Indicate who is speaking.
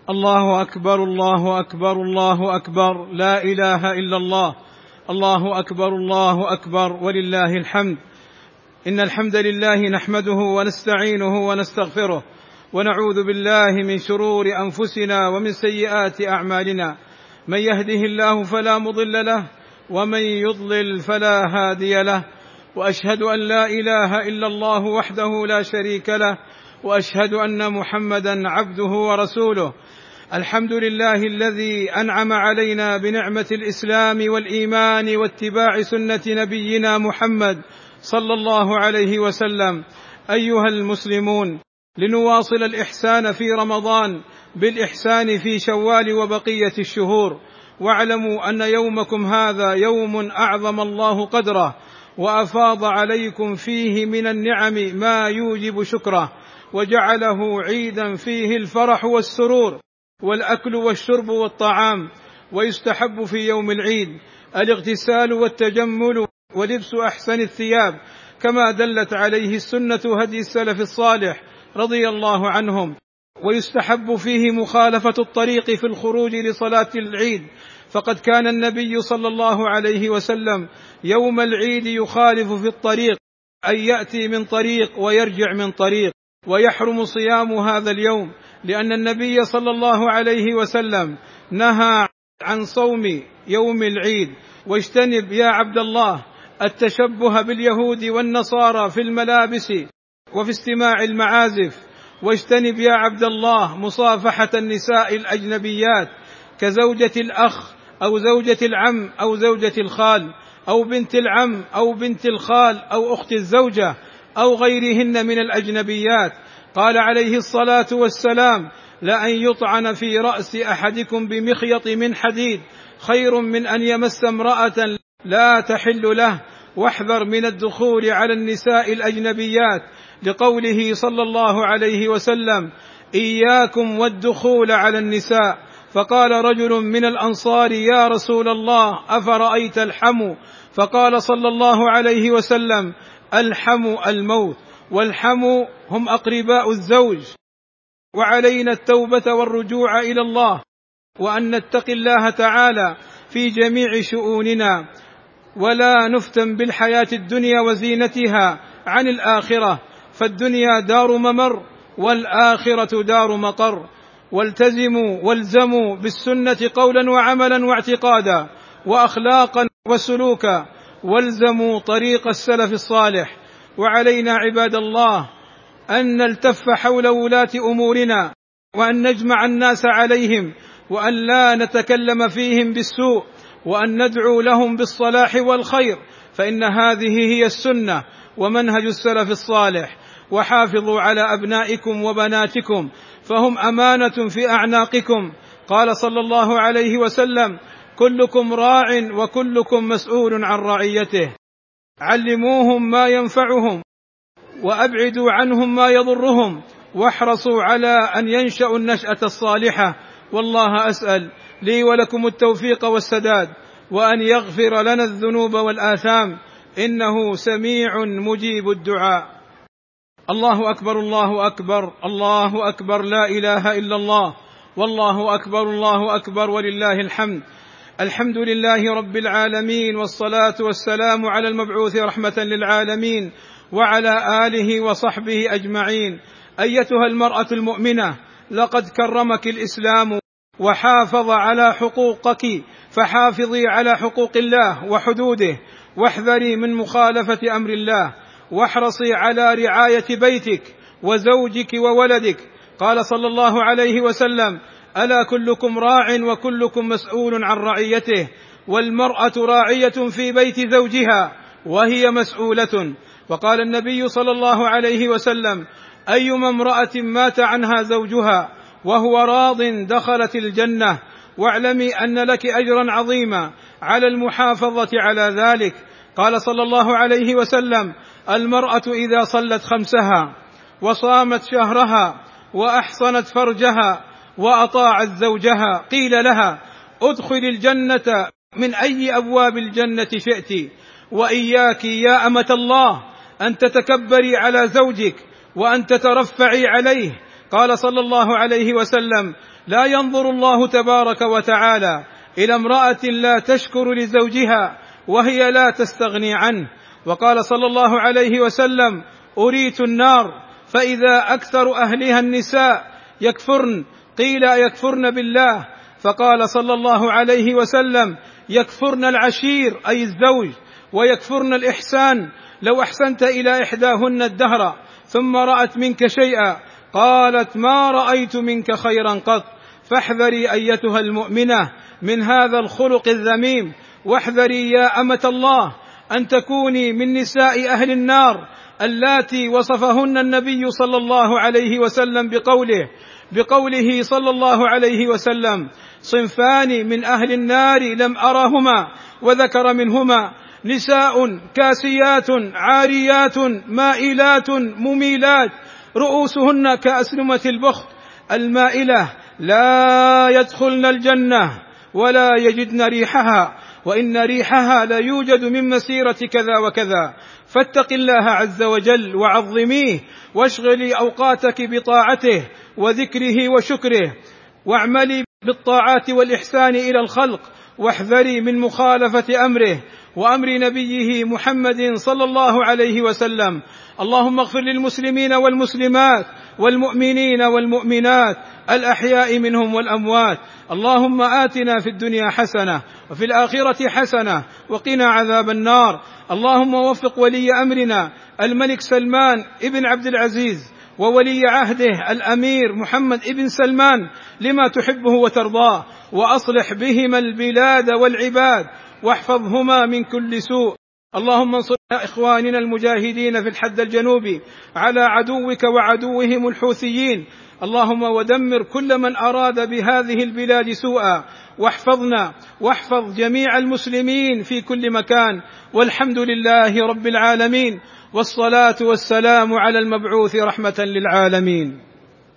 Speaker 1: الله أكبر الله أكبر الله أكبر، لا إله إلا الله. الله أكبر الله أكبر ولله الحمد. إن الحمد لله نحمده ونستعينه ونستغفره، ونعوذ بالله من شرور أنفسنا ومن سيئات أعمالنا. من يهده الله فلا مضل له، ومن يضلل فلا هادي له. وأشهد أن لا إله إلا الله وحده لا شريك له، وأشهد أن محمدا عبده ورسوله. الحمد لله الذي أنعم علينا بنعمة الإسلام والإيمان واتباع سنة نبينا محمد صلى الله عليه وسلم. أيها المسلمون، لنواصل الإحسان في رمضان بالإحسان في شوال وبقية الشهور، واعلموا أن يومكم هذا يوم أعظم الله قدره، وأفاض عليكم فيه من النعم ما يوجب شكره، وجعله عيدا فيه الفرح والسرور والأكل والشرب والطعام. ويستحب في يوم العيد الاغتسال والتجمل ولبس أحسن الثياب، كما دلت عليه السنة هدي السلف الصالح رضي الله عنهم. ويستحب فيه مخالفة الطريق في الخروج لصلاة العيد، فقد كان النبي صلى الله عليه وسلم يوم العيد يخالف في الطريق، أن يأتي من طريق ويرجع من طريق. ويحرم صيام هذا اليوم، لأن النبي صلى الله عليه وسلم نهى عن صوم يوم العيد. واجتنب يا عبد الله التشبه باليهود والنصارى في الملابس وفي استماع المعازف. واجتنب يا عبد الله مصافحة النساء الأجنبيات كزوجة الأخ أو زوجة العم أو زوجة الخال أو بنت العم أو بنت الخال أو أخت الزوجة أو غيرهن من الأجنبيات. قال عليه الصلاة والسلام: لأن يطعن في رأس أحدكم بمخيط من حديد خير من أن يمس امرأة لا تحل له. واحذر من الدخول على النساء الأجنبيات، لقوله صلى الله عليه وسلم: إياكم والدخول على النساء. فقال رجل من الأنصار: يا رسول الله، أفرأيت الحمو؟ فقال صلى الله عليه وسلم: الحمو الموت، والحمو هم أقرباء الزوج. وعلينا التوبة والرجوع إلى الله، وأن نتقي الله تعالى في جميع شؤوننا، ولا نفتن بالحياة الدنيا وزينتها عن الآخرة، فالدنيا دار ممر والآخرة دار مقر. والزموا بالسنة قولا وعملا واعتقادا وأخلاقا وسلوكا، والزموا طريق السلف الصالح. وعلينا عباد الله أن نلتف حول ولاة أمورنا، وأن نجمع الناس عليهم، وأن لا نتكلم فيهم بالسوء، وأن ندعو لهم بالصلاح والخير، فإن هذه هي السنة ومنهج السلف الصالح. وحافظوا على أبنائكم وبناتكم، فهم أمانة في أعناقكم. قال صلى الله عليه وسلم: كلكم راع وكلكم مسؤول عن رعيته. علموهم ما ينفعهم، وأبعدوا عنهم ما يضرهم، واحرصوا على أن ينشأوا النشأة الصالحة. والله أسأل لي ولكم التوفيق والسداد، وأن يغفر لنا الذنوب والآثام، إنه سميع مجيب الدعاء. الله أكبر الله أكبر الله أكبر، لا إله إلا الله. والله أكبر الله أكبر ولله الحمد. الحمد لله رب العالمين، والصلاة والسلام على المبعوث رحمة للعالمين، وعلى آله وصحبه أجمعين. أيتها المرأة المؤمنة، لقد كرمك الإسلام وحافظ على حقوقك، فحافظي على حقوق الله وحدوده، واحذري من مخالفة أمر الله، واحرصي على رعاية بيتك وزوجك وولدك. قال صلى الله عليه وسلم: ألا كلكم راع وكلكم مسؤول عن رعيته. والمرأة راعية في بيت زوجها وهي مسؤولة. وقال النبي صلى الله عليه وسلم: أيما امرأة مات عنها زوجها وهو راض دخلت الجنة. واعلمي أن لك أجرا عظيما على المحافظة على ذلك. قال صلى الله عليه وسلم: المرأة إذا صلت خمسها وصامت شهرها وأحصنت فرجها وأطاعت زوجها قيل لها: ادخل الجنة من أي أبواب الجنة شئت. وإياك يا أمة الله أن تتكبري على زوجك وأن تترفعي عليه، قال صلى الله عليه وسلم: لا ينظر الله تبارك وتعالى إلى امرأة لا تشكر لزوجها وهي لا تستغني عنه. وقال صلى الله عليه وسلم: أريت النار فإذا أكثر أهلها النساء يكفرن، قيل يكفرن بالله؟ فقال صلى الله عليه وسلم: يكفرن العشير أي الزوج، ويكفرن الإحسان. لو أحسنت إلى إحداهن الدهر ثم رأت منك شيئا قالت: ما رأيت منك خيرا قط. فاحذري أيتها المؤمنة من هذا الخلق الذميم، واحذري يا أمة الله أن تكوني من نساء أهل النار اللاتي وصفهن النبي صلى الله عليه وسلم بقوله صلى الله عليه وسلم: صنفان من أهل النار لم أرهما، وذكر منهما: نساء كاسيات عاريات مائلات مميلات رؤوسهن كأسنمة البخت المائلة لا يدخلن الجنة ولا يجدن ريحها، وإن ريحها لا يوجد من مسيرة كذا وكذا. فاتق الله عز وجل وعظميه، واشغلي أوقاتك بطاعته وذكره وشكره، واعملي بالطاعات والإحسان إلى الخلق، واحذري من مخالفة أمره وأمر نبيه محمد صلى الله عليه وسلم. اللهم اغفر للمسلمين والمسلمات والمؤمنين والمؤمنات الأحياء منهم والأموات. اللهم آتنا في الدنيا حسنة وفي الآخرة حسنة وقنا عذاب النار. اللهم وفق ولي أمرنا الملك سلمان ابن عبد العزيز وولي عهده الأمير محمد ابن سلمان لما تحبه وترضاه، وأصلح بهما البلاد والعباد، واحفظهما من كل سوء. اللهم انصر إخواننا المجاهدين في الحد الجنوبي على عدوك وعدوهم الحوثيين. اللهم ودمر كل من أراد بهذه البلاد سوءا، واحفظنا واحفظ جميع المسلمين في كل مكان. والحمد لله رب العالمين، والصلاة والسلام على المبعوث رحمة للعالمين.